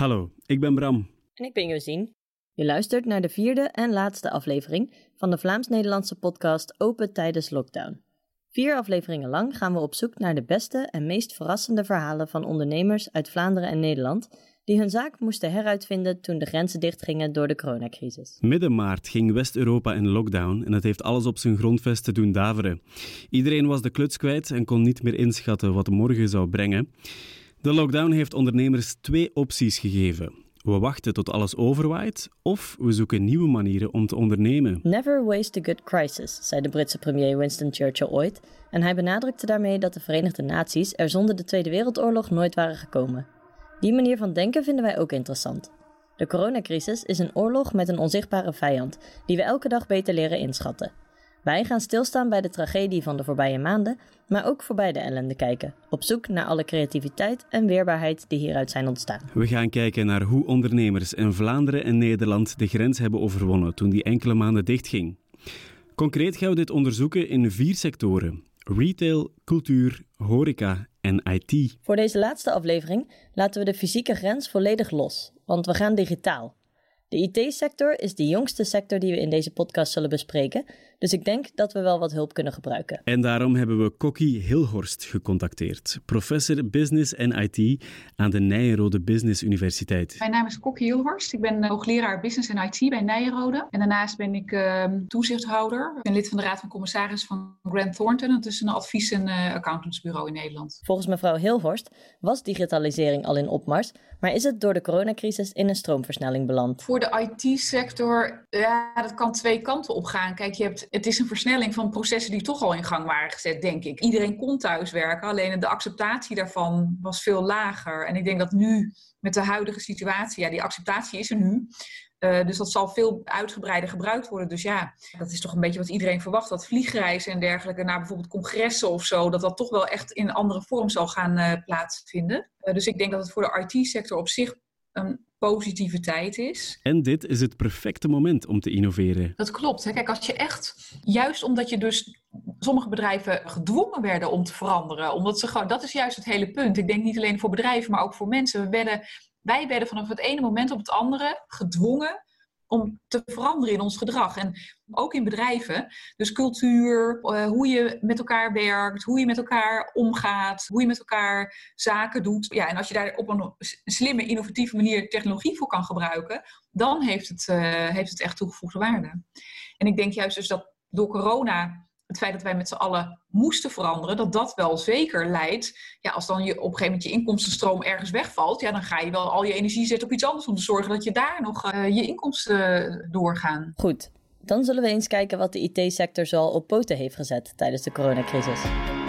Hallo, ik ben Bram. En ik ben Josien. Je luistert naar de 4e en laatste aflevering van de Vlaams-Nederlandse podcast Open tijdens lockdown. 4 afleveringen lang gaan we op zoek naar de beste en meest verrassende verhalen van ondernemers uit Vlaanderen en Nederland die hun zaak moesten heruitvinden toen de grenzen dichtgingen door de coronacrisis. Midden maart ging West-Europa in lockdown en het heeft alles op zijn grondvesten doen daveren. Iedereen was de kluts kwijt en kon niet meer inschatten wat morgen zou brengen. De lockdown heeft ondernemers 2 opties gegeven. We wachten tot alles overwaait of we zoeken nieuwe manieren om te ondernemen. Never waste a good crisis, zei de Britse premier Winston Churchill ooit. En hij benadrukte daarmee dat de Verenigde Naties er zonder de Tweede Wereldoorlog nooit waren gekomen. Die manier van denken vinden wij ook interessant. De coronacrisis is een oorlog met een onzichtbare vijand, die we elke dag beter leren inschatten. Wij gaan stilstaan bij de tragedie van de voorbije maanden, maar ook voorbij de ellende kijken, op zoek naar alle creativiteit en weerbaarheid die hieruit zijn ontstaan. We gaan kijken naar hoe ondernemers in Vlaanderen en Nederland de grens hebben overwonnen toen die enkele maanden dichtging. Concreet gaan we dit onderzoeken in 4 sectoren: retail, cultuur, horeca en IT. Voor deze laatste aflevering laten we de fysieke grens volledig los, want we gaan digitaal. De IT-sector is de jongste sector die we in deze podcast zullen bespreken, dus ik denk dat we wel wat hulp kunnen gebruiken. En daarom hebben we Kokkie Hilhorst gecontacteerd, professor Business en IT aan de Nyenrode Business Universiteit. Mijn naam is Kokkie Hilhorst, ik ben hoogleraar Business en IT bij Nyenrode. En daarnaast ben ik toezichthouder. Ik ben lid van de Raad van Commissaris van Grant Thornton. Dat is een advies- en accountantsbureau in Nederland. Volgens mevrouw Hilhorst was digitalisering al in opmars, maar is het door de coronacrisis in een stroomversnelling beland? Voor de IT-sector, dat kan 2 kanten op gaan. Kijk, het is een versnelling van processen die toch al in gang waren gezet, denk ik. Iedereen kon thuiswerken, alleen de acceptatie daarvan was veel lager. En ik denk dat nu, met de huidige situatie, die acceptatie is er nu. Dus dat zal veel uitgebreider gebruikt worden. Dus ja, dat is toch een beetje wat iedereen verwacht. Dat vliegreizen en dergelijke naar bijvoorbeeld congressen of zo, dat toch wel echt in een andere vorm zal gaan plaatsvinden. Dus ik denk dat het voor de IT-sector op zich een positieve tijd is. En dit is het perfecte moment om te innoveren. Dat klopt. Hè? Kijk, als je echt, juist omdat je dus sommige bedrijven gedwongen werden om te veranderen, omdat ze gewoon, dat is juist het hele punt. Ik denk niet alleen voor bedrijven, maar ook voor mensen. Wij werden vanaf het ene moment op het andere gedwongen om te veranderen in ons gedrag. En ook in bedrijven. Dus cultuur, hoe je met elkaar werkt, hoe je met elkaar omgaat, hoe je met elkaar zaken doet. Ja, en als je daar op een slimme, innovatieve manier technologie voor kan gebruiken, dan heeft het echt toegevoegde waarde. En ik denk juist dus dat door corona, het feit dat wij met z'n allen moesten veranderen, dat wel zeker leidt. Ja, als dan op een gegeven moment je inkomstenstroom ergens wegvalt, ja, dan ga je wel al je energie zetten op iets anders om te zorgen dat je daar nog je inkomsten doorgaan. Goed, dan zullen we eens kijken wat de IT-sector zoal op poten heeft gezet tijdens de coronacrisis.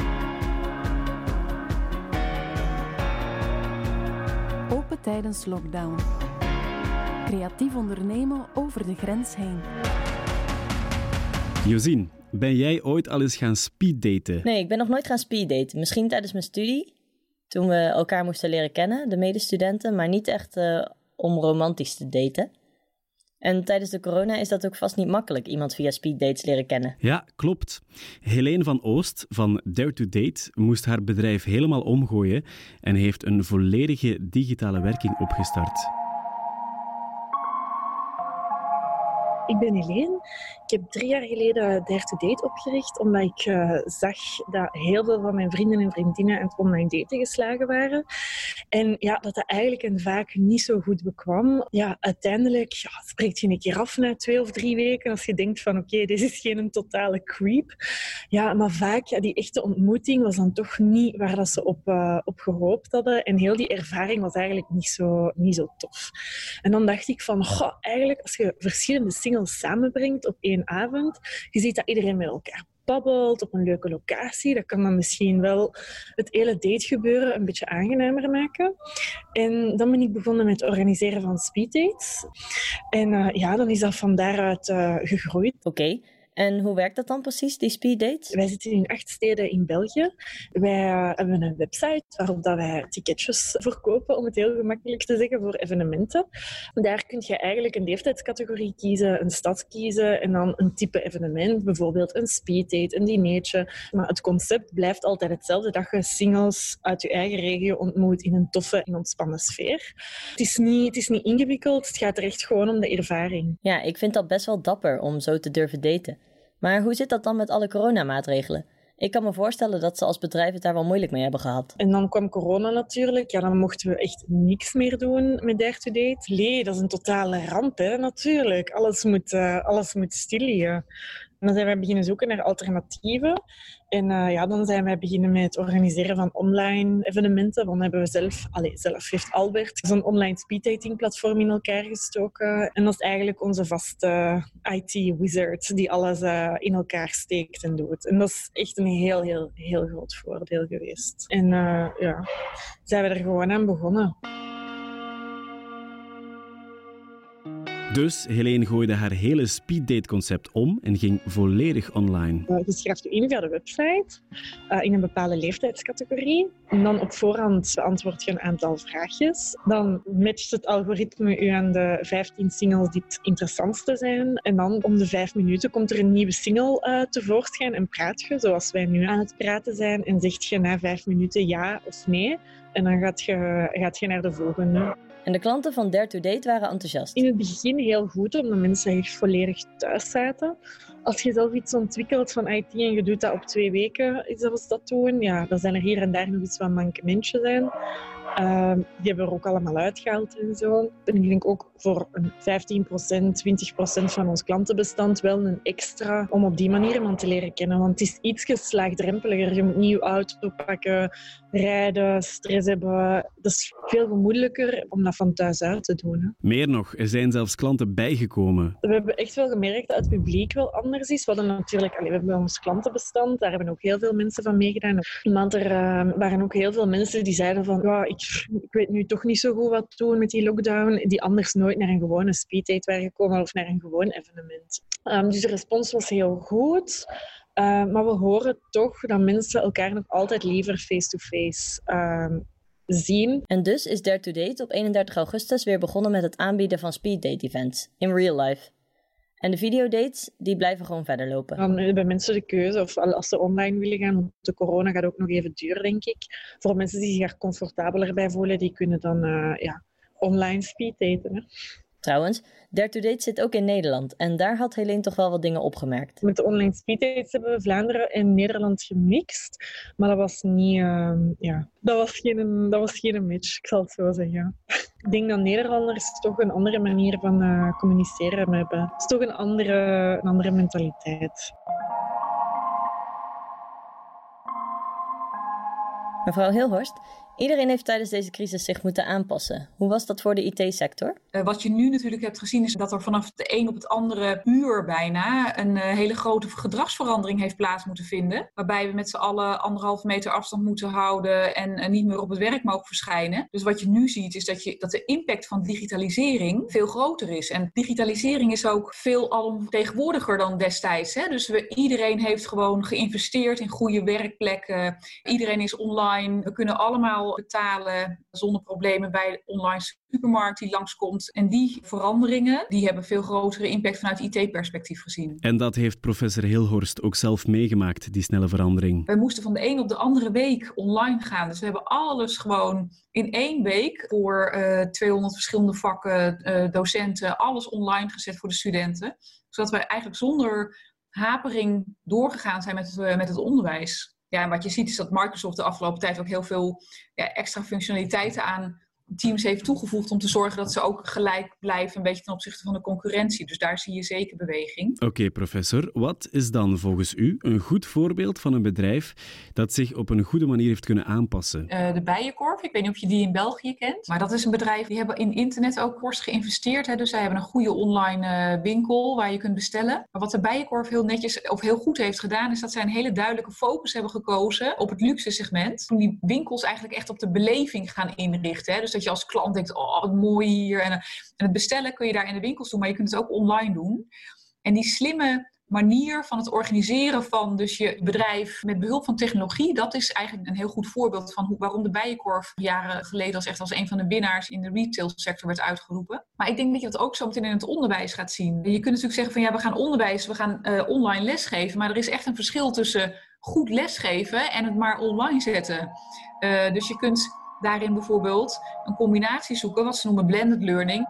Open tijdens lockdown. Creatief ondernemen over de grens heen. Josien, ben jij ooit al eens gaan speeddaten? Nee, ik ben nog nooit gaan speeddaten. Misschien tijdens mijn studie, toen we elkaar moesten leren kennen, de medestudenten, maar niet echt om romantisch te daten. En tijdens de corona is dat ook vast niet makkelijk, iemand via speeddates leren kennen. Ja, klopt. Helene van Oost van Dare to Date moest haar bedrijf helemaal omgooien en heeft een volledige digitale werking opgestart. Ik ben Helene. Ik heb 3 jaar geleden Dare to Date opgericht, omdat ik zag dat heel veel van mijn vrienden en vriendinnen aan het online daten geslagen waren. En ja, dat eigenlijk vaak niet zo goed bekwam. Ja, uiteindelijk spreekt je een keer af na 2 of 3 weken als je denkt van oké, dit is geen totale creep. Ja, maar vaak, die echte ontmoeting was dan toch niet waar dat ze op gehoopt hadden. En heel die ervaring was eigenlijk niet zo tof. En dan dacht ik van, eigenlijk als je verschillende singles samenbrengt op 1 avond, je ziet dat iedereen met elkaar babbelt op een leuke locatie. Dat kan dan misschien wel het hele dategebeuren een beetje aangenamer maken. En dan ben ik begonnen met het organiseren van speeddates. En dan is dat van daaruit gegroeid. Oké, En hoe werkt dat dan precies, die speeddates? Wij zitten in 8 steden in België. Wij hebben een website waarop dat wij ticketjes verkopen, om het heel gemakkelijk te zeggen, voor evenementen. Daar kun je eigenlijk een leeftijdscategorie kiezen, een stad kiezen en dan een type evenement, bijvoorbeeld een speeddate, een dinertje. Maar het concept blijft altijd hetzelfde, dat je singles uit je eigen regio ontmoet in een toffe en ontspannen sfeer. Het is niet ingewikkeld, het gaat er echt gewoon om de ervaring. Ja, ik vind dat best wel dapper om zo te durven daten. Maar hoe zit dat dan met alle coronamaatregelen? Ik kan me voorstellen dat ze als bedrijf het daar wel moeilijk mee hebben gehad. En dan kwam corona natuurlijk. Ja, dan mochten we echt niks meer doen met Dare to Date. Nee, dat is een totale ramp, hè, natuurlijk. Alles moet stil liggen. En dan zijn wij beginnen zoeken naar alternatieven. En dan zijn wij beginnen met het organiseren van online evenementen. Dan hebben we zelf heeft Albert zo'n online speeddating platform in elkaar gestoken. En dat is eigenlijk onze vaste IT-wizard die alles in elkaar steekt en doet. En dat is echt een heel, heel, heel groot voordeel geweest. En zijn we er gewoon aan begonnen. Dus Helene gooide haar hele speeddate-concept om en ging volledig online. Je schrijft je in via de website in een bepaalde leeftijdscategorie. En dan op voorhand beantwoord je een aantal vraagjes. Dan matcht het algoritme u aan de 15 singles die het interessantste zijn. En dan om de 5 minuten komt er een nieuwe single tevoorschijn en praat je, zoals wij nu aan het praten zijn. En zegt je na 5 minuten ja of nee. En dan gaat je naar de volgende. En de klanten van Dare to Date waren enthousiast. In het begin heel goed, omdat mensen echt volledig thuis zaten. Als je zelf iets ontwikkelt van IT en je doet dat op 2 weken, zoals dat doen, ja, dan zijn er hier en daar nog iets wat mankementjes zijn. Die hebben we er ook allemaal uitgehaald en zo. En ik denk ook voor een 15%, 20% van ons klantenbestand wel een extra om op die manier iemand te leren kennen. Want het is iets laagdrempeliger. Je moet niet je auto pakken, rijden, stress hebben. Dat is veel gemoedelijker om dat van thuis uit te doen. Hè. Meer nog, er zijn zelfs klanten bijgekomen. We hebben echt wel gemerkt dat het publiek wel anders is. We hadden natuurlijk, we hebben ons klantenbestand, daar hebben ook heel veel mensen van meegedaan. Maar er waren ook heel veel mensen die zeiden van, ja, ik weet nu toch niet zo goed wat doen met die lockdown, die anders nooit naar een gewone speeddate waren gekomen of naar een gewoon evenement. Dus de respons was heel goed. Maar we horen toch dat mensen elkaar nog altijd liever face-to-face zien. En dus is Dare to Date op 31 augustus weer begonnen met het aanbieden van speeddate-events in real life. En de videodates, die blijven gewoon verder lopen. Dan hebben mensen de keuze, of als ze online willen gaan, want de corona gaat ook nog even duur, denk ik. Voor mensen die zich er comfortabeler bij voelen, die kunnen dan online speeddaten. Hè. Trouwens, Dare to Date zit ook in Nederland en daar had Helene toch wel wat dingen opgemerkt. Met de online speeddates hebben we Vlaanderen en Nederland gemixt, maar dat was niet, dat was geen match, ik zal het zo zeggen. Ik denk dat Nederlanders toch een andere manier van communiceren hebben. Het is toch een andere mentaliteit. Mevrouw Hilhorst, iedereen heeft tijdens deze crisis zich moeten aanpassen. Hoe was dat voor de IT-sector? Wat je nu natuurlijk hebt gezien is dat er vanaf de een op het andere uur bijna een hele grote gedragsverandering heeft plaats moeten vinden. Waarbij we met z'n allen 1,5 meter afstand moeten houden en niet meer op het werk mogen verschijnen. Dus wat je nu ziet is dat de impact van digitalisering veel groter is. En digitalisering is ook veel alomtegenwoordiger dan destijds. Hè? Dus iedereen heeft gewoon geïnvesteerd in goede werkplekken. Iedereen is online. We kunnen allemaal betalen zonder problemen bij de online supermarkt die langskomt. En die veranderingen die hebben veel grotere impact vanuit IT-perspectief gezien. En dat heeft professor Hilhorst ook zelf meegemaakt, die snelle verandering. Wij moesten van de een op de andere week online gaan. Dus we hebben alles gewoon in 1 week voor 200 verschillende vakken, docenten, alles online gezet voor de studenten. Zodat wij eigenlijk zonder hapering doorgegaan zijn met het onderwijs. Ja, en wat je ziet is dat Microsoft de afgelopen tijd ook heel veel extra functionaliteiten aan Teams heeft toegevoegd om te zorgen dat ze ook gelijk blijven, een beetje ten opzichte van de concurrentie. Dus daar zie je zeker beweging. Oké, professor. Wat is dan volgens u een goed voorbeeld van een bedrijf dat zich op een goede manier heeft kunnen aanpassen? De Bijenkorf, ik weet niet of je die in België kent. Maar dat is een bedrijf, die hebben in internet ook fors geïnvesteerd. Hè, dus zij hebben een goede online winkel waar je kunt bestellen. Maar wat de Bijenkorf heel netjes of heel goed heeft gedaan, is dat zij een hele duidelijke focus hebben gekozen op het luxe segment. Toen die winkels eigenlijk echt op de beleving gaan inrichten. Hè. Dus dat je als klant denkt, oh wat mooi hier. En het bestellen kun je daar in de winkels doen, maar je kunt het ook online doen. En die slimme manier van het organiseren van dus je bedrijf met behulp van technologie, dat is eigenlijk een heel goed voorbeeld van waarom de Bijenkorf jaren geleden als een van de winnaars in de retailsector werd uitgeroepen. Maar ik denk dat je dat ook zo meteen in het onderwijs gaat zien. Je kunt natuurlijk zeggen van we gaan online lesgeven, maar er is echt een verschil tussen goed lesgeven en het maar online zetten. Dus je kunt daarin bijvoorbeeld een combinatie zoeken, wat ze noemen blended learning.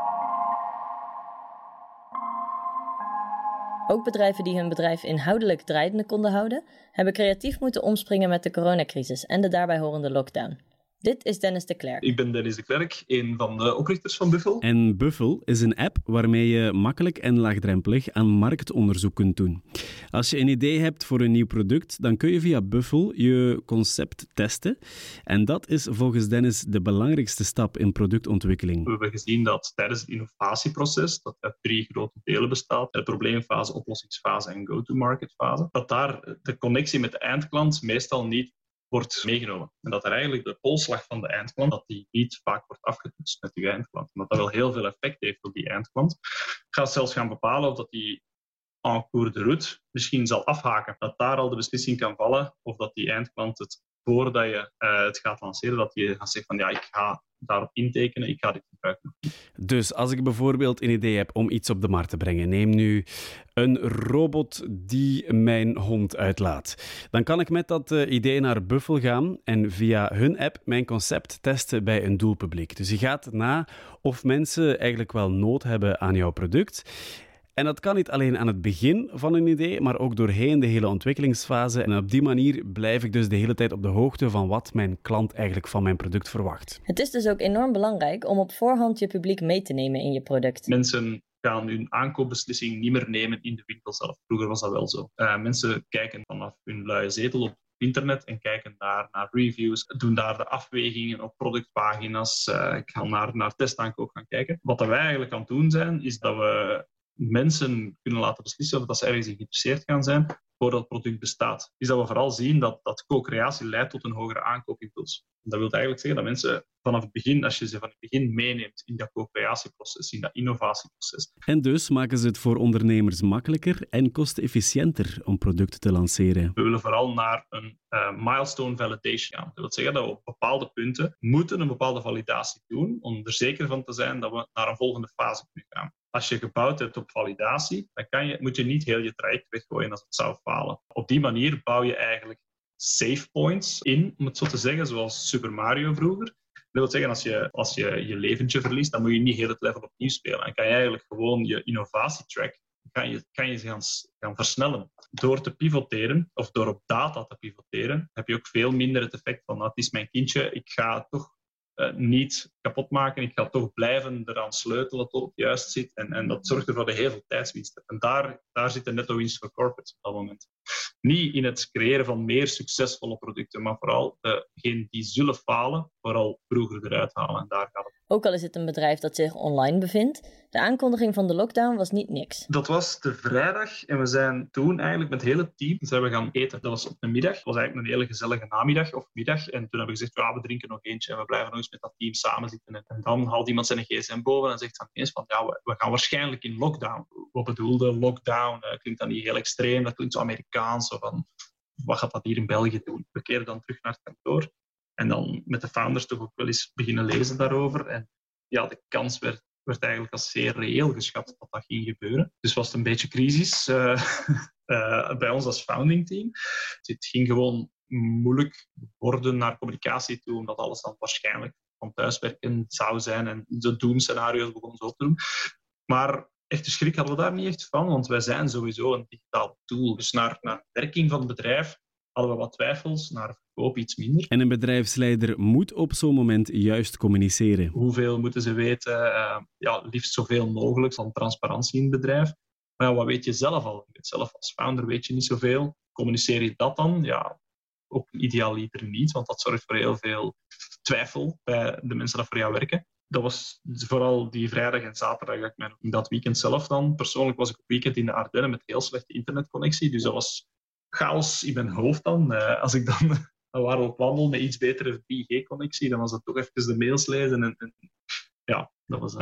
Ook bedrijven die hun bedrijf inhoudelijk draaiende konden houden, hebben creatief moeten omspringen met de coronacrisis en de daarbij horende lockdown. Dit is Dennis de Klerk. Ik ben Dennis de Klerk, een van de oprichters van Buffel. En Buffel is een app waarmee je makkelijk en laagdrempelig aan marktonderzoek kunt doen. Als je een idee hebt voor een nieuw product, dan kun je via Buffel je concept testen. En dat is volgens Dennis de belangrijkste stap in productontwikkeling. We hebben gezien dat tijdens het innovatieproces, dat uit 3 grote delen bestaat, de probleemfase, oplossingsfase en go-to-market-fase, dat daar de connectie met de eindklant meestal niet wordt meegenomen. En dat er eigenlijk de polsslag van de eindklant, dat die niet vaak wordt afgetoetst met die eindklant. En dat wel heel veel effect heeft op die eindklant. Gaat zelfs gaan bepalen of dat die en cours de route misschien zal afhaken. Dat daar al de beslissing kan vallen of dat die eindklant het, voordat je het gaat lanceren, dat je gaat zeggen van ik ga daarop intekenen, ik ga dit gebruiken. Dus als ik bijvoorbeeld een idee heb om iets op de markt te brengen, neem nu een robot die mijn hond uitlaat, dan kan ik met dat idee naar Buffel gaan en via hun app mijn concept testen bij een doelpubliek. Dus je gaat na of mensen eigenlijk wel nood hebben aan jouw product. En dat kan niet alleen aan het begin van een idee, maar ook doorheen de hele ontwikkelingsfase. En op die manier blijf ik dus de hele tijd op de hoogte van wat mijn klant eigenlijk van mijn product verwacht. Het is dus ook enorm belangrijk om op voorhand je publiek mee te nemen in je product. Mensen gaan hun aankoopbeslissing niet meer nemen in de winkel zelf. Vroeger was dat wel zo. Mensen kijken vanaf hun luie zetel op internet en kijken daar naar reviews, doen daar de afwegingen op productpagina's. Ik ga naar testaankoop gaan kijken. Wat wij eigenlijk aan het doen zijn, is dat we mensen kunnen laten beslissen of dat ze ergens geïnteresseerd gaan zijn voordat het product bestaat. Is dat we vooral zien dat co-creatie leidt tot een hogere aankoopimpuls. Dat wil eigenlijk zeggen dat mensen vanaf het begin, als je ze van het begin meeneemt in dat co-creatieproces, in dat innovatieproces. En dus maken ze het voor ondernemers makkelijker en kostenefficiënter om producten te lanceren. We willen vooral naar een milestone validation gaan. Dat wil zeggen dat we op bepaalde punten moeten een bepaalde validatie doen om er zeker van te zijn dat we naar een volgende fase kunnen gaan. Als je gebouwd hebt op validatie, dan moet je niet heel je traject weggooien als het zou falen. Op die manier bouw je eigenlijk save points in, om het zo te zeggen, zoals Super Mario vroeger. Dat wil zeggen, als je je leventje verliest, dan moet je niet heel het level opnieuw spelen. Dan kan je eigenlijk gewoon je innovatietrack kan je gaan versnellen. Door te pivoteren, of door op data te pivoteren, heb je ook veel minder het effect van het is mijn kindje, ik ga het toch niet kapot maken. Ik ga toch blijven eraan sleutelen tot het juist zit. En dat zorgt ervoor dat je heel veel tijdswinst hebt. En daar zit de netto-winst voor corporates op dat moment. Niet in het creëren van meer succesvolle producten, maar vooral degenen die zullen falen, vooral vroeger eruit halen. En daar gaat het. Ook al is het een bedrijf dat zich online bevindt, de aankondiging van de lockdown was niet niks. Dat was de vrijdag en we zijn toen eigenlijk met het hele team zijn we gaan eten. Dat was op een middag. Het was eigenlijk een hele gezellige namiddag of middag. En toen hebben we gezegd, we drinken nog eentje en we blijven nog eens met dat team samen zitten. En dan haalt iemand zijn gsm boven en zegt dan eens van, we gaan waarschijnlijk in lockdown. Wat bedoelde lockdown? Klinkt dat niet heel extreem? Dat klinkt zo Amerikaans. Of van, wat gaat dat hier in België doen? We keren dan terug naar het kantoor. En dan met de founders toch ook wel eens beginnen lezen daarover. En ja, de kans werd eigenlijk als zeer reëel geschat dat dat ging gebeuren. Dus was het een beetje crisis bij ons als founding team. Het ging gewoon moeilijk worden naar communicatie toe, omdat alles dan waarschijnlijk van thuiswerken zou zijn en de doemscenario's begonnen zo te doen. Maar echte schrik hadden we daar niet echt van, want wij zijn sowieso een digitaal tool. Dus naar werking van het bedrijf hadden we wat twijfels, naar verkoop iets minder. En een bedrijfsleider moet op zo'n moment juist communiceren. Hoeveel moeten ze weten? Liefst zoveel mogelijk van transparantie in het bedrijf. Maar ja, wat weet je zelf al? Zelf als founder weet je niet zoveel. Communiceer je dat dan? Ja, ook idealiter niet, want dat zorgt voor heel veel twijfel bij de mensen die voor jou werken. Dat was vooral die vrijdag en zaterdag. Dat weekend zelf dan. Persoonlijk was ik op weekend in de Ardennen met heel slechte internetconnectie. Dus dat was chaos in mijn hoofd dan. Als ik dan waren we op wandel met iets betere 3G-connectie, dan was dat toch even de mails lezen. En ja, dat was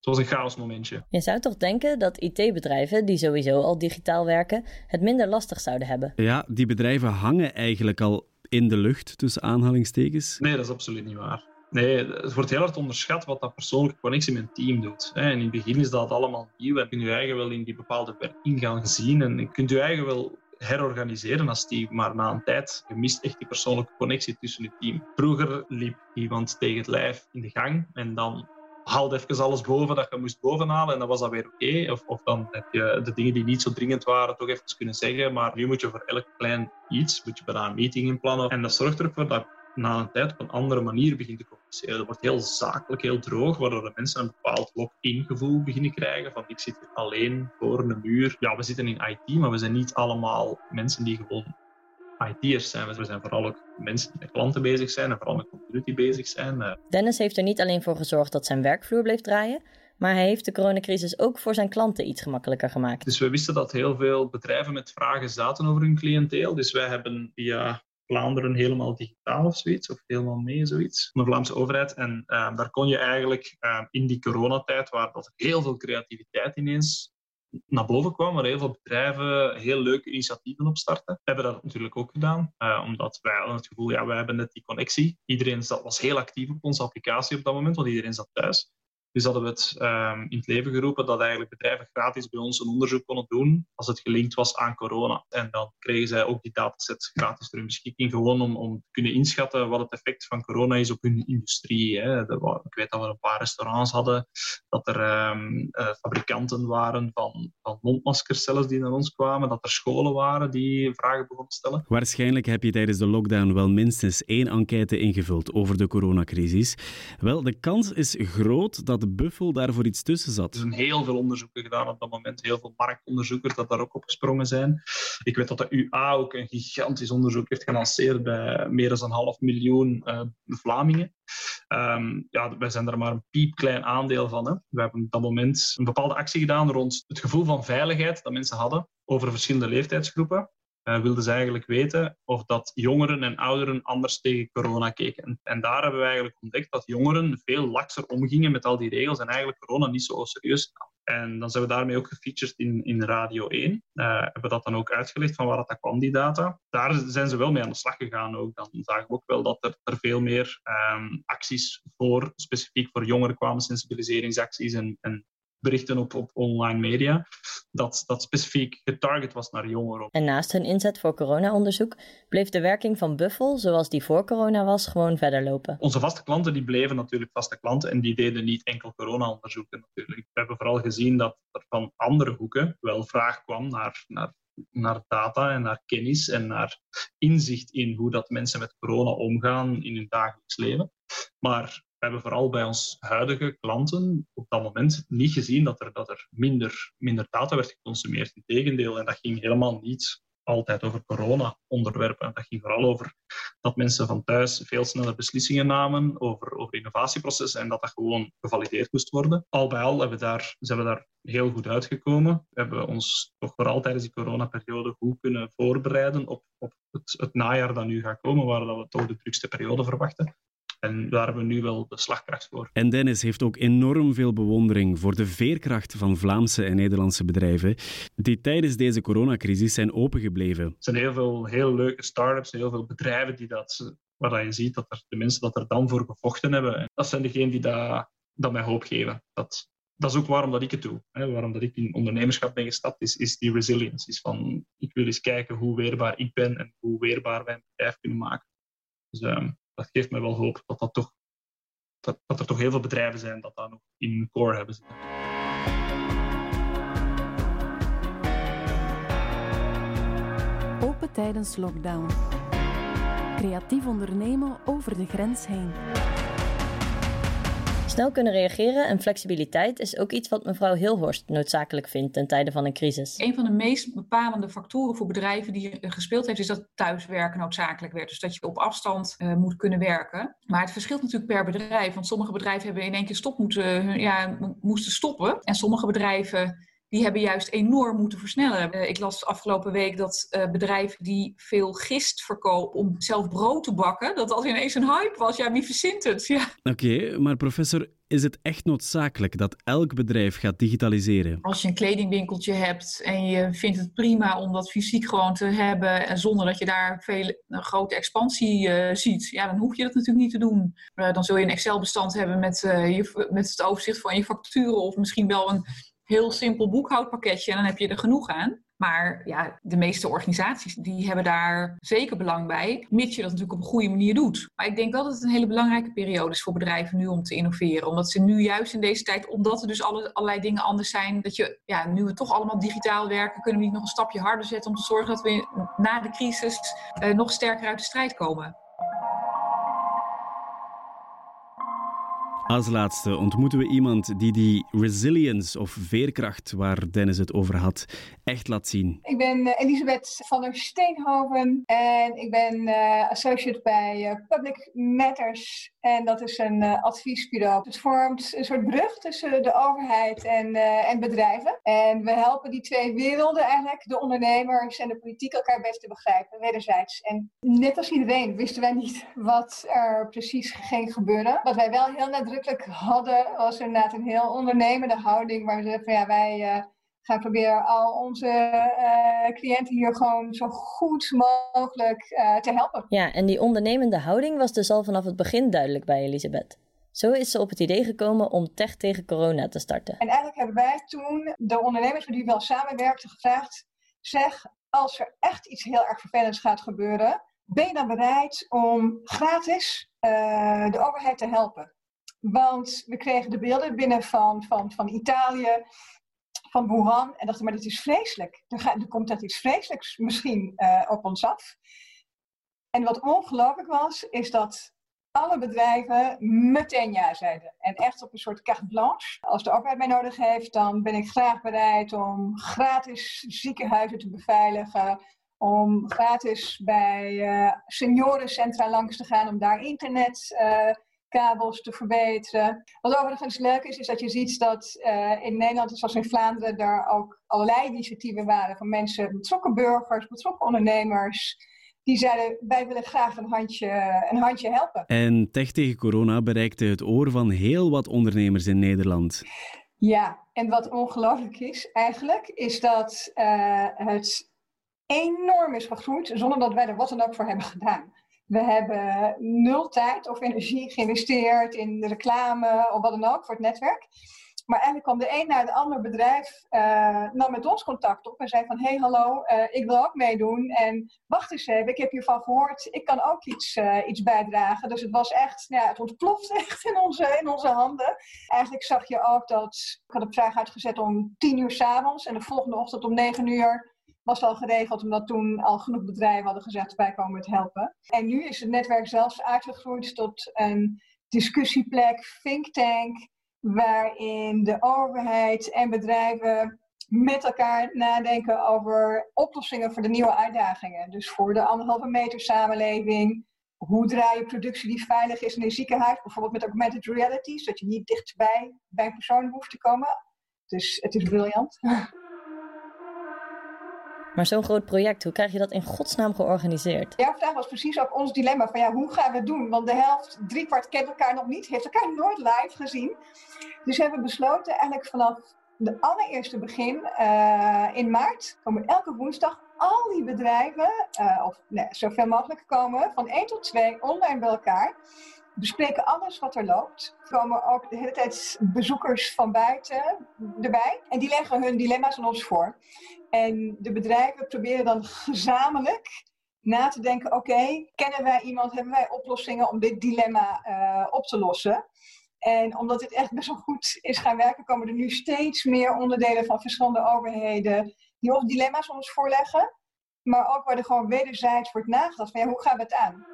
Het was een chaosmomentje. Je zou toch denken dat IT-bedrijven, die sowieso al digitaal werken, het minder lastig zouden hebben? Ja, die bedrijven hangen eigenlijk al in de lucht, tussen aanhalingstekens. Nee, dat is absoluut niet waar. Nee, het wordt heel hard onderschat wat dat persoonlijke connectie met een team doet. En in het begin is dat allemaal nieuw. Je kunt je eigen wel in die bepaalde werking gaan zien en je kunt je eigen wel herorganiseren als team, maar na een tijd, je mist echt die persoonlijke connectie tussen het team. Vroeger liep iemand tegen het lijf in de gang en dan haalde even alles boven dat je moest bovenhalen en dan was dat weer oké. Of dan heb je de dingen die niet zo dringend waren toch even kunnen zeggen, maar nu moet je voor elk klein iets, moet je bijna een meeting inplannen. En dat zorgt ervoor dat na een tijd op een andere manier begint te communiceren. Dat wordt heel zakelijk, heel droog, waardoor de mensen een bepaald lock-in gevoel beginnen krijgen. Van ik zit hier alleen voor een muur. Ja, we zitten in IT, maar we zijn niet allemaal mensen die gewoon IT'ers zijn. We zijn vooral ook mensen die met klanten bezig zijn en vooral met community bezig zijn. Dennis heeft er niet alleen voor gezorgd dat zijn werkvloer bleef draaien, maar hij heeft de coronacrisis ook voor zijn klanten iets gemakkelijker gemaakt. Dus we wisten dat heel veel bedrijven met vragen zaten over hun cliënteel. Dus wij hebben via Vlaanderen helemaal digitaal of zoiets, of helemaal mee zoiets, van de Vlaamse overheid. En daar kon je eigenlijk in die coronatijd, waar dat heel veel creativiteit ineens naar boven kwam, waar heel veel bedrijven heel leuke initiatieven opstarten. We hebben dat natuurlijk ook gedaan, omdat wij hadden het gevoel, ja, wij hebben net die connectie. Iedereen was heel actief op onze applicatie op dat moment, want iedereen zat thuis. Dus hadden we het in het leven geroepen dat eigenlijk bedrijven gratis bij ons een onderzoek konden doen als het gelinkt was aan corona. En dan kregen zij ook die dataset gratis ter hun beschikking, gewoon om te kunnen inschatten wat het effect van corona is op hun industrie. Hè. Ik weet dat we een paar restaurants hadden, dat er fabrikanten waren van mondmaskers zelfs die naar ons kwamen, dat er scholen waren die vragen begonnen te stellen. Waarschijnlijk heb je tijdens de lockdown wel minstens 1 enquête ingevuld over de coronacrisis. Wel, de kans is groot dat Buffel daarvoor iets tussen zat. Er zijn heel veel onderzoeken gedaan op dat moment, heel veel marktonderzoekers dat daar ook op gesprongen zijn. Ik weet dat de UA ook een gigantisch onderzoek heeft gelanceerd bij meer dan 500.000 Vlamingen. Wij zijn er maar een piepklein aandeel van. Hè. We hebben op dat moment een bepaalde actie gedaan rond het gevoel van veiligheid dat mensen hadden over verschillende leeftijdsgroepen. Wilden ze eigenlijk weten of dat jongeren en ouderen anders tegen corona keken. En daar hebben we eigenlijk ontdekt dat jongeren veel lakser omgingen met al die regels en eigenlijk corona niet zo serieus namen. En dan zijn we daarmee ook gefeatured in Radio 1. Hebben we dat dan ook uitgelegd van waar dat kwam, die data. Daar zijn ze wel mee aan de slag gegaan ook. Dan zagen we ook wel dat er veel meer acties specifiek voor jongeren kwamen, sensibiliseringsacties en berichten op online media, dat specifiek getarget was naar jongeren. En naast hun inzet voor corona-onderzoek bleef de werking van Buffel, zoals die voor corona was, gewoon verder lopen. Onze vaste klanten die bleven natuurlijk vaste klanten en die deden niet enkel corona-onderzoeken natuurlijk. We hebben vooral gezien dat er van andere hoeken wel vraag kwam naar data en naar kennis en naar inzicht in hoe dat mensen met corona omgaan in hun dagelijks leven. Maar we hebben vooral bij ons huidige klanten op dat moment niet gezien dat er minder data werd geconsumeerd. Integendeel, en dat ging helemaal niet altijd over corona-onderwerpen. Dat ging vooral over dat mensen van thuis veel sneller beslissingen namen over innovatieprocessen en dat gewoon gevalideerd moest worden. Al bij al zijn we daar heel goed uitgekomen. We hebben ons toch vooral tijdens die coronaperiode goed kunnen voorbereiden op het najaar dat nu gaat komen, waar we toch de drukste periode verwachten. En daar hebben we nu wel de slagkracht voor. En Dennis heeft ook enorm veel bewondering voor de veerkracht van Vlaamse en Nederlandse bedrijven die tijdens deze coronacrisis zijn opengebleven. Er zijn heel veel heel leuke start-ups, heel veel bedrijven waar je ziet dat de mensen dat er dan voor gevochten hebben. En dat zijn degenen die dat mij hoop geven. Dat is ook waarom dat ik het doe. Hè. Waarom dat ik in ondernemerschap ben gestapt, is die resilience. Is van, ik wil eens kijken hoe weerbaar ik ben en hoe weerbaar wij een bedrijf kunnen maken. Dus dat geeft mij wel hoop dat er toch heel veel bedrijven zijn dat nog in hun core hebben zitten. Open tijdens lockdown. Creatief ondernemen over de grens heen. Snel kunnen reageren en flexibiliteit is ook iets wat mevrouw Hilhorst noodzakelijk vindt ten tijde van een crisis. Een van de meest bepalende factoren voor bedrijven die gespeeld heeft, is dat thuiswerken noodzakelijk werd. Dus dat je op afstand moet kunnen werken. Maar het verschilt natuurlijk per bedrijf. Want sommige bedrijven hebben in één keer moesten stoppen. En sommige bedrijven die hebben juist enorm moeten versnellen. Ik las afgelopen week dat bedrijven die veel gist verkopen om zelf brood te bakken, dat dat ineens een hype was. Ja, wie verzint het? Ja. Oké, maar professor, is het echt noodzakelijk dat elk bedrijf gaat digitaliseren? Als je een kledingwinkeltje hebt en je vindt het prima om dat fysiek gewoon te hebben en zonder dat je daar een grote expansie ziet, ja, dan hoef je dat natuurlijk niet te doen. Dan zul je een Excel-bestand hebben met het overzicht van je facturen of misschien wel een heel simpel boekhoudpakketje en dan heb je er genoeg aan. Maar ja, de meeste organisaties die hebben daar zeker belang bij, mits je dat natuurlijk op een goede manier doet. Maar ik denk wel dat het een hele belangrijke periode is voor bedrijven nu om te innoveren. Omdat ze nu juist in deze tijd, omdat er dus allerlei dingen anders zijn, dat je, ja, nu we toch allemaal digitaal werken, kunnen we niet nog een stapje harder zetten om te zorgen dat we na de crisis nog sterker uit de strijd komen. Als laatste ontmoeten we iemand die resilience of veerkracht, waar Dennis het over had, echt laat zien. Ik ben Elisabeth van der Steenhoven en ik ben associate bij Public Matters. En dat is een adviesbureau. Het vormt een soort brug tussen de overheid en bedrijven. En we helpen die twee werelden eigenlijk, de ondernemers en de politiek, elkaar best te begrijpen, wederzijds. En net als iedereen wisten wij niet wat er precies ging gebeuren. Wat wij wel heel nadrukkelijk hadden, was inderdaad een heel ondernemende houding. Waar we zeiden van ja, wij gaan proberen al onze cliënten hier gewoon zo goed mogelijk te helpen. Ja, en die ondernemende houding was dus al vanaf het begin duidelijk bij Elisabeth. Zo is ze op het idee gekomen om Tech tegen corona te starten. En eigenlijk hebben wij toen de ondernemers met wie we wel samenwerkten gevraagd, zeg, als er echt iets heel erg vervelends gaat gebeuren, ben je dan bereid om gratis de overheid te helpen? Want we kregen de beelden binnen van Italië, van Wuhan, en dachten, maar dit is vreselijk. Er komt echt iets vreselijks misschien op ons af. En wat ongelooflijk was, is dat alle bedrijven meteen ja zeiden. En echt op een soort carte blanche. Als de overheid mij nodig heeft, dan ben ik graag bereid om gratis ziekenhuizen te beveiligen. Om gratis bij seniorencentra langs te gaan, om daar internetkabels te verbeteren. Wat overigens leuk is dat je ziet dat in Nederland, zoals in Vlaanderen, daar ook allerlei initiatieven waren van mensen, betrokken burgers, betrokken ondernemers. Die zeiden, wij willen graag een handje helpen. En Tech tegen corona bereikte het oor van heel wat ondernemers in Nederland. Ja, en wat ongelooflijk is eigenlijk, is dat het enorm is gegroeid zonder dat wij er wat dan ook voor hebben gedaan. We hebben 0 tijd of energie geïnvesteerd in de reclame of wat dan ook voor het netwerk. Maar eigenlijk kwam de een naar het ander bedrijf nam met ons contact op en zei van, hey hallo, ik wil ook meedoen. En wacht eens even, ik heb hiervan gehoord, ik kan ook iets bijdragen. Dus het was echt, ja, het ontplofte echt in onze handen. Eigenlijk zag je ook dat, ik had een vraag uitgezet om 10:00 s'avonds en de volgende ochtend om 9:00 was het al geregeld, omdat toen al genoeg bedrijven hadden gezegd, wij komen het helpen. En nu is het netwerk zelfs uitgegroeid tot een discussieplek, think tank, waarin de overheid en bedrijven met elkaar nadenken over oplossingen voor de nieuwe uitdagingen. Dus voor de 1,5 meter samenleving. Hoe draai je productie die veilig is in een ziekenhuis? Bijvoorbeeld met augmented reality, zodat je niet dichtbij bij een persoon hoeft te komen. Dus het is briljant. Maar zo'n groot project, hoe krijg je dat in godsnaam georganiseerd? Jouw vraag was precies ook ons dilemma van ja, hoe gaan we het doen? Want de helft, 3/4 kent elkaar nog niet, heeft elkaar nooit live gezien. Dus hebben we besloten eigenlijk vanaf de allereerste begin in maart komen elke woensdag al die bedrijven, zoveel mogelijk komen, van 1 tot 2 online bij elkaar. Bespreken alles wat er loopt. Er komen ook de hele tijd bezoekers van buiten erbij. En die leggen hun dilemma's aan ons voor. En de bedrijven proberen dan gezamenlijk na te denken, oké, kennen wij iemand, hebben wij oplossingen om dit dilemma op te lossen? En omdat dit echt best wel goed is gaan werken, komen er nu steeds meer onderdelen van verschillende overheden die ook dilemma's aan ons voorleggen. Maar ook waar er gewoon wederzijds wordt nagedacht van ja, hoe gaan we het aan?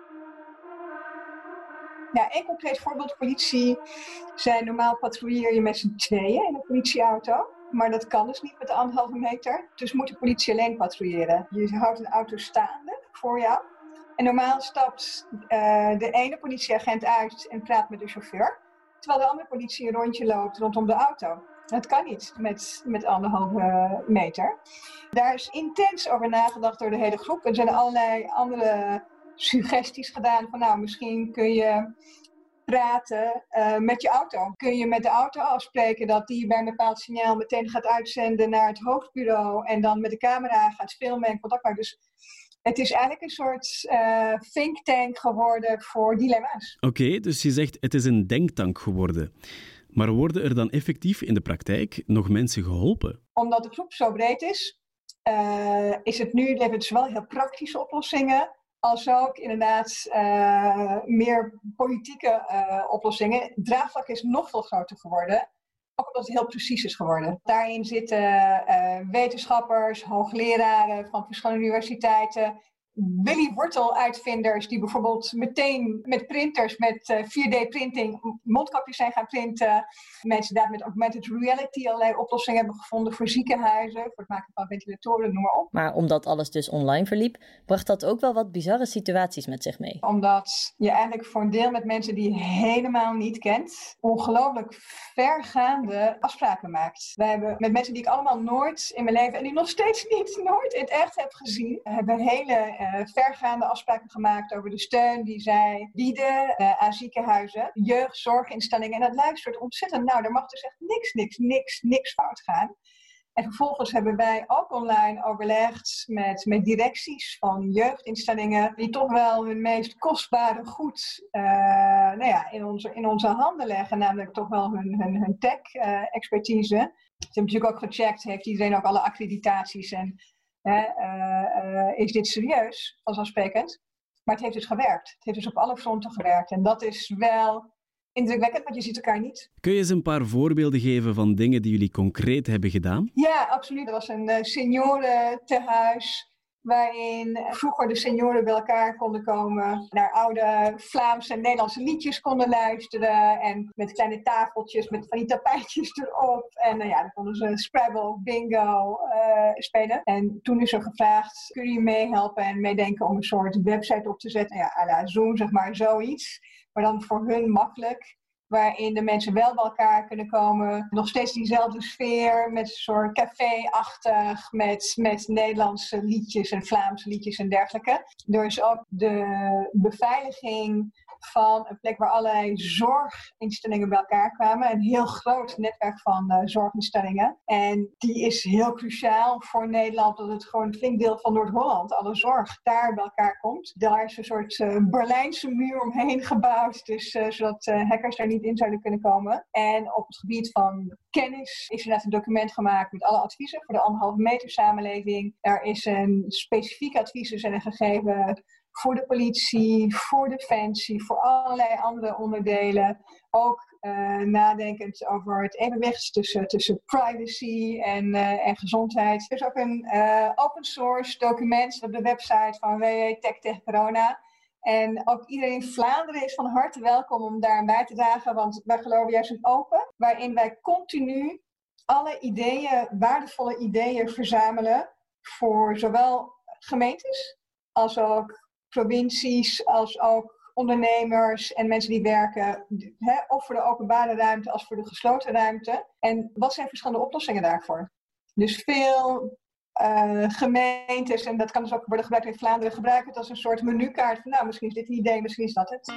Ja, één concreet voorbeeld, politie. Normaal patrouilleer je met z'n tweeën in een politieauto. Maar dat kan dus niet met de 1,5 meter. Dus moet de politie alleen patrouilleren. Je houdt een auto staande voor jou. En normaal stapt de ene politieagent uit en praat met de chauffeur. Terwijl de andere politie een rondje loopt rondom de auto. Dat kan niet met 1,5 meter. Daar is intens over nagedacht door de hele groep. Er zijn allerlei andere suggesties gedaan van nou, misschien kun je praten met je auto. Kun je met de auto afspreken dat die bij een bepaald signaal meteen gaat uitzenden naar het hoofdbureau en dan met de camera gaat filmen en contact maken. Dus het is eigenlijk een soort think tank geworden voor dilemma's. Oké, dus je zegt het is een denktank geworden. Maar worden er dan effectief in de praktijk nog mensen geholpen? Omdat de groep zo breed is het nu, levert het zowel heel praktische oplossingen als ook inderdaad meer politieke oplossingen. Het draagvlak is nog veel groter geworden, ook omdat het heel precies is geworden. Daarin zitten wetenschappers, hoogleraren van verschillende universiteiten, Willy Wortel-uitvinders die bijvoorbeeld meteen met printers, met 4D-printing, mondkapjes zijn gaan printen. Mensen daar met augmented reality allerlei oplossingen hebben gevonden voor ziekenhuizen, voor het maken van ventilatoren, noem maar op. Maar omdat alles dus online verliep, bracht dat ook wel wat bizarre situaties met zich mee. Omdat je eigenlijk voor een deel met mensen die je helemaal niet kent, ongelooflijk vergaande afspraken maakt. Wij hebben met mensen die ik allemaal nooit in mijn leven, en die nog steeds nooit in het echt heb gezien, hebben hele vergaande afspraken gemaakt over de steun die zij bieden aan ziekenhuizen, jeugdzorginstellingen. En dat luistert ontzettend nauw. Er mag dus echt niks fout gaan. En vervolgens hebben wij ook online overlegd met directies van jeugdinstellingen die toch wel hun meest kostbare goed in onze handen leggen. Namelijk toch wel hun tech-expertise. Ze hebben natuurlijk ook gecheckt, heeft iedereen ook alle accreditaties en is dit serieus, vanzelfsprekend. Maar het heeft dus gewerkt. Het heeft dus op alle fronten gewerkt. En dat is wel indrukwekkend, want je ziet elkaar niet. Kun je eens een paar voorbeelden geven van dingen die jullie concreet hebben gedaan? Ja, absoluut. Er was een seniorentehuis waarin vroeger de senioren bij elkaar konden komen, naar oude Vlaamse en Nederlandse liedjes konden luisteren en met kleine tafeltjes met van die tapijtjes erop. En dan konden ze Scrabble, bingo spelen. En toen is er gevraagd, kun je meehelpen en meedenken om een soort website op te zetten? Ja, à la Zoom, zeg maar, zoiets. Maar dan voor hun makkelijk, waarin de mensen wel bij elkaar kunnen komen. Nog steeds diezelfde sfeer, met een soort café-achtig, met Nederlandse liedjes en Vlaamse liedjes en dergelijke. Dus ook de beveiliging van een plek waar allerlei zorginstellingen bij elkaar kwamen. Een heel groot netwerk van zorginstellingen. En die is heel cruciaal voor Nederland, dat het gewoon een flink deel van Noord-Holland, alle zorg, daar bij elkaar komt. Daar is een soort Berlijnse muur omheen gebouwd, dus, zodat hackers daar niet in zouden kunnen komen. En op het gebied van kennis is inderdaad een document gemaakt met alle adviezen voor de 1,5 meter samenleving. Er is een specifiek adviezen zijn gegeven voor de politie, voor defensie, voor allerlei andere onderdelen. Ook nadenkend over het evenwicht tussen privacy en gezondheid. Er is ook een open source document op de website van WWTech tegen corona. En ook iedereen in Vlaanderen is van harte welkom om daar bij te dragen, want wij geloven juist in open, waarin wij continu alle ideeën, waardevolle ideeën verzamelen voor zowel gemeentes als ook provincies, als ook ondernemers en mensen die werken, of voor de openbare ruimte als voor de gesloten ruimte. En wat zijn verschillende oplossingen daarvoor? Dus veel gemeentes, en dat kan dus ook worden gebruikt in Vlaanderen, gebruiken het als een soort menukaart van nou, misschien is dit een idee, misschien is dat het.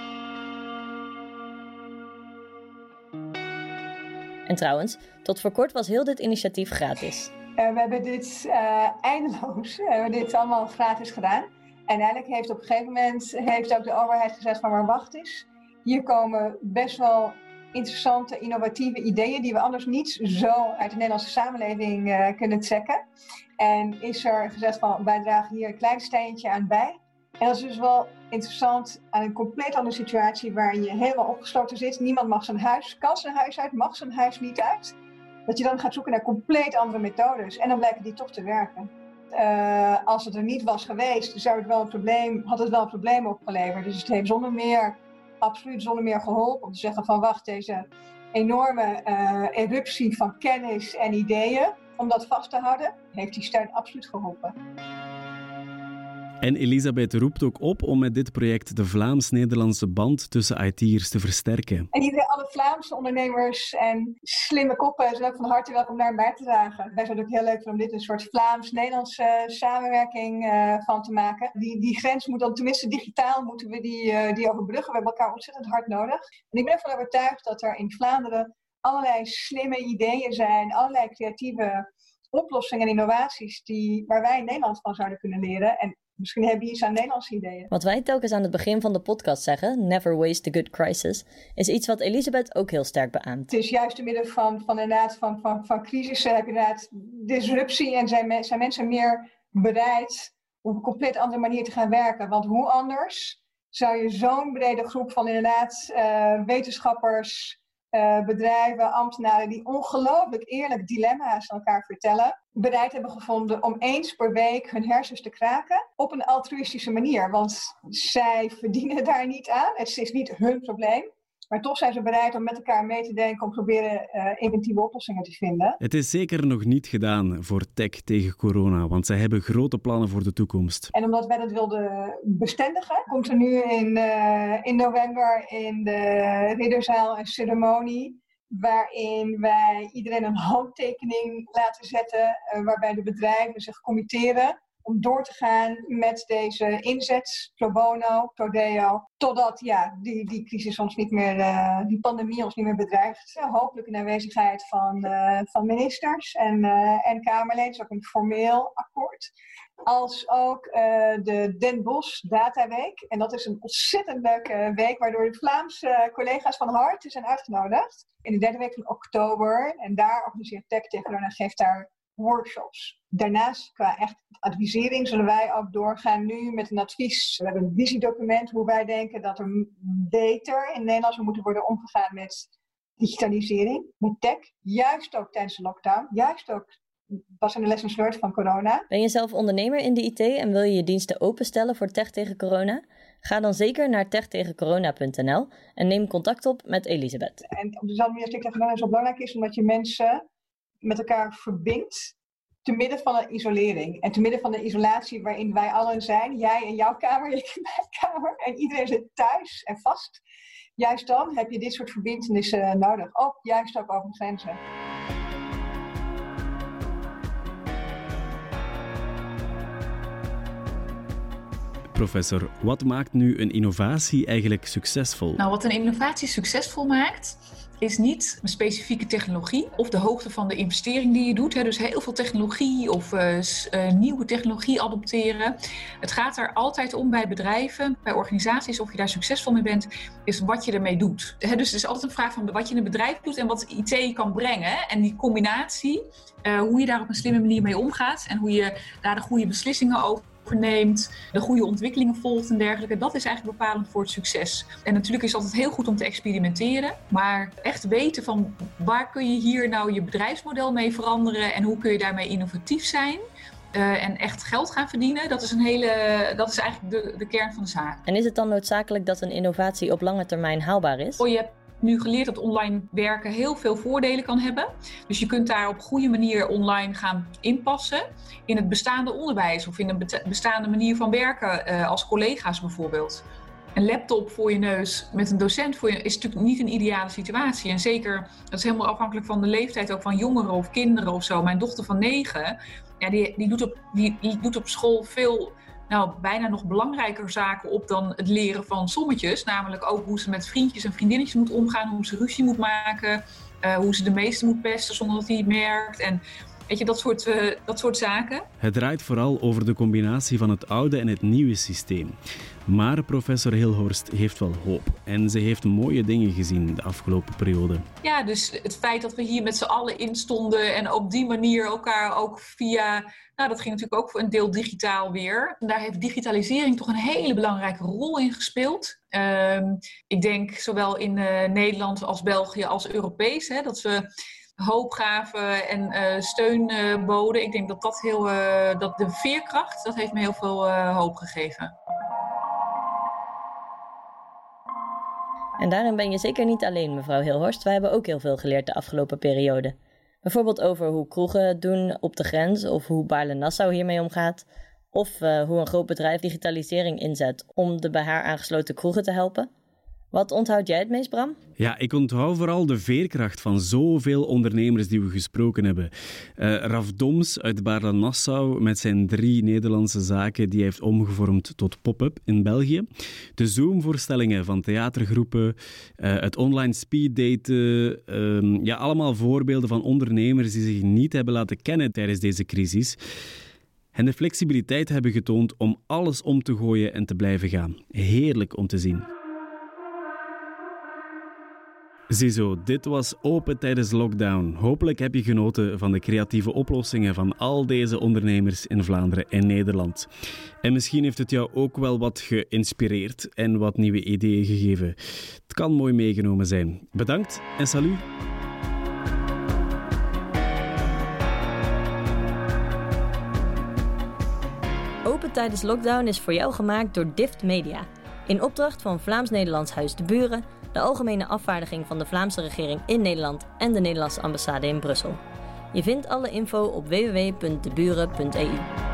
En trouwens, tot voor kort was heel dit initiatief gratis. We hebben dit eindeloos, we hebben dit allemaal gratis gedaan. En eigenlijk heeft op een gegeven moment ook de overheid gezegd van maar wacht eens. Hier komen best wel interessante, innovatieve ideeën die we anders niet zo uit de Nederlandse samenleving kunnen trekken. En is er gezegd van wij dragen hier een klein steentje aan bij. En dat is dus wel interessant aan een compleet andere situatie waarin je helemaal opgesloten zit. Niemand mag kan zijn huis uit, mag zijn huis niet uit. Dat je dan gaat zoeken naar compleet andere methodes en dan blijken die toch te werken. Als het er niet was geweest, had het wel een probleem opgeleverd. Dus het heeft absoluut zonder meer geholpen om te zeggen van wacht, deze enorme eruptie van kennis en ideeën, om dat vast te houden, heeft die steun absoluut geholpen. En Elisabeth roept ook op om met dit project de Vlaams-Nederlandse band tussen IT'ers te versterken. En alle Vlaamse ondernemers en slimme koppen zijn ook van harte welkom daar bij te dragen. Wij zouden het ook heel leuk vinden om dit een soort Vlaams-Nederlandse samenwerking van te maken. Die grens moet dan, tenminste digitaal, moeten we die overbruggen. We hebben elkaar ontzettend hard nodig. En ik ben ervan overtuigd dat er in Vlaanderen allerlei slimme ideeën zijn, allerlei creatieve oplossingen en innovaties waar wij in Nederland van zouden kunnen leren. En misschien hebben we iets aan Nederlandse ideeën. Wat wij telkens aan het begin van de podcast zeggen, never waste a good crisis, is iets wat Elisabeth ook heel sterk beaamt. Het is juist in midden van crisissen heb je inderdaad disruptie en zijn mensen meer bereid op een compleet andere manier te gaan werken. Want hoe anders zou je zo'n brede groep van inderdaad wetenschappers, bedrijven, ambtenaren die ongelooflijk eerlijk dilemma's aan elkaar vertellen, bereid hebben gevonden om eens per week hun hersens te kraken op een altruïstische manier. Want zij verdienen daar niet aan. Het is niet hun probleem. Maar toch zijn ze bereid om met elkaar mee te denken om proberen inventieve oplossingen te vinden. Het is zeker nog niet gedaan voor tech tegen corona, want zij hebben grote plannen voor de toekomst. En omdat wij dat wilden bestendigen, komt er nu in november in de Ridderzaal een ceremonie waarin wij iedereen een handtekening laten zetten, waarbij de bedrijven zich committeren om door te gaan met deze inzet, pro bono, pro deo, totdat die crisis ons niet meer, die pandemie ons niet meer bedreigt. Hopelijk in aanwezigheid van ministers en Kamerleden, dat is ook een formeel akkoord. Als ook de Den Bosch Dataweek. En dat is een ontzettend leuke week, waardoor de Vlaamse collega's van harte zijn uitgenodigd. In de derde week van oktober. En daar organiseert Tech tegen Corona, geeft daar workshops. Daarnaast, qua echt advisering, zullen wij ook doorgaan nu met een advies. We hebben een visiedocument hoe wij denken dat er beter in Nederland zou moeten worden omgegaan met digitalisering, met tech. Juist ook tijdens de lockdown. Juist ook was in de lessons learned van corona. Ben je zelf ondernemer in de IT en wil je je diensten openstellen voor Tech tegen Corona? Ga dan zeker naar techtegencorona.nl en neem contact op met Elisabeth. En op dezelfde manier als Tech tegen Corona zo belangrijk is, omdat je mensen met elkaar verbindt te midden van een isolering. En te midden van de isolatie waarin wij allen zijn. Jij in jouw kamer, ik in mijn kamer. En iedereen zit thuis en vast. Juist dan heb je dit soort verbintenissen nodig. Juist ook over de grenzen. Professor, wat maakt nu een innovatie eigenlijk succesvol? Nou, wat een innovatie succesvol maakt, is niet een specifieke technologie of de hoogte van de investering die je doet. Dus heel veel technologie of nieuwe technologie adopteren. Het gaat er altijd om bij bedrijven, bij organisaties, of je daar succesvol mee bent, is wat je ermee doet. Dus het is altijd een vraag van wat je in een bedrijf doet en wat IT kan brengen. En die combinatie, hoe je daar op een slimme manier mee omgaat en hoe je daar de goede beslissingen over neemt, de goede ontwikkelingen volgt en dergelijke. Dat is eigenlijk bepalend voor het succes. En natuurlijk is het altijd heel goed om te experimenteren, maar echt weten van waar kun je hier nou je bedrijfsmodel mee veranderen en hoe kun je daarmee innovatief zijn en echt geld gaan verdienen, dat is eigenlijk de kern van de zaak. En is het dan noodzakelijk dat een innovatie op lange termijn haalbaar is? Je hebt nu geleerd dat online werken heel veel voordelen kan hebben. Dus je kunt daar op goede manier online gaan inpassen in het bestaande onderwijs of in een bestaande manier van werken als collega's bijvoorbeeld. Een laptop voor je neus met een docent voor je is natuurlijk niet een ideale situatie. En zeker, dat is helemaal afhankelijk van de leeftijd ook van jongeren of kinderen of zo. Mijn dochter van 9, die doet op school veel, bijna nog belangrijker zaken op dan het leren van sommetjes. Namelijk ook hoe ze met vriendjes en vriendinnetjes moet omgaan, hoe ze ruzie moet maken, hoe ze de meester moet pesten zonder dat hij het merkt. En weet je, dat soort zaken. Het draait vooral over de combinatie van het oude en het nieuwe systeem. Maar professor Hilhorst heeft wel hoop. En ze heeft mooie dingen gezien de afgelopen periode. Ja, dus het feit dat we hier met z'n allen in stonden en op die manier elkaar ook via... dat ging natuurlijk ook voor een deel digitaal weer. En daar heeft digitalisering toch een hele belangrijke rol in gespeeld. Ik denk zowel in Nederland als België als Europees, dat we hoop gaven en steun boden. Ik denk dat de veerkracht, dat heeft me heel veel hoop gegeven. En daarin ben je zeker niet alleen, mevrouw Hilhorst. Wij hebben ook heel veel geleerd de afgelopen periode. Bijvoorbeeld over hoe kroegen het doen op de grens of hoe Baarle-Nassau hiermee omgaat. Of hoe een groot bedrijf digitalisering inzet om de bij haar aangesloten kroegen te helpen. Wat onthoud jij het meest, Bram? Ja, ik onthoud vooral de veerkracht van zoveel ondernemers die we gesproken hebben. Raf Doms uit Baarle-Nassau met zijn 3 Nederlandse zaken die hij heeft omgevormd tot pop-up in België. De Zoom-voorstellingen van theatergroepen, het online speeddaten. Allemaal voorbeelden van ondernemers die zich niet hebben laten kennen tijdens deze crisis. En de flexibiliteit hebben getoond om alles om te gooien en te blijven gaan. Heerlijk om te zien. Ziezo, dit was Open tijdens lockdown. Hopelijk heb je genoten van de creatieve oplossingen van al deze ondernemers in Vlaanderen en Nederland. En misschien heeft het jou ook wel wat geïnspireerd en wat nieuwe ideeën gegeven. Het kan mooi meegenomen zijn. Bedankt en salut! Open tijdens lockdown is voor jou gemaakt door Dift Media. In opdracht van Vlaams-Nederlands Huis de Buren, de algemene afvaardiging van de Vlaamse regering in Nederland en de Nederlandse ambassade in Brussel. Je vindt alle info op www.deburen.eu.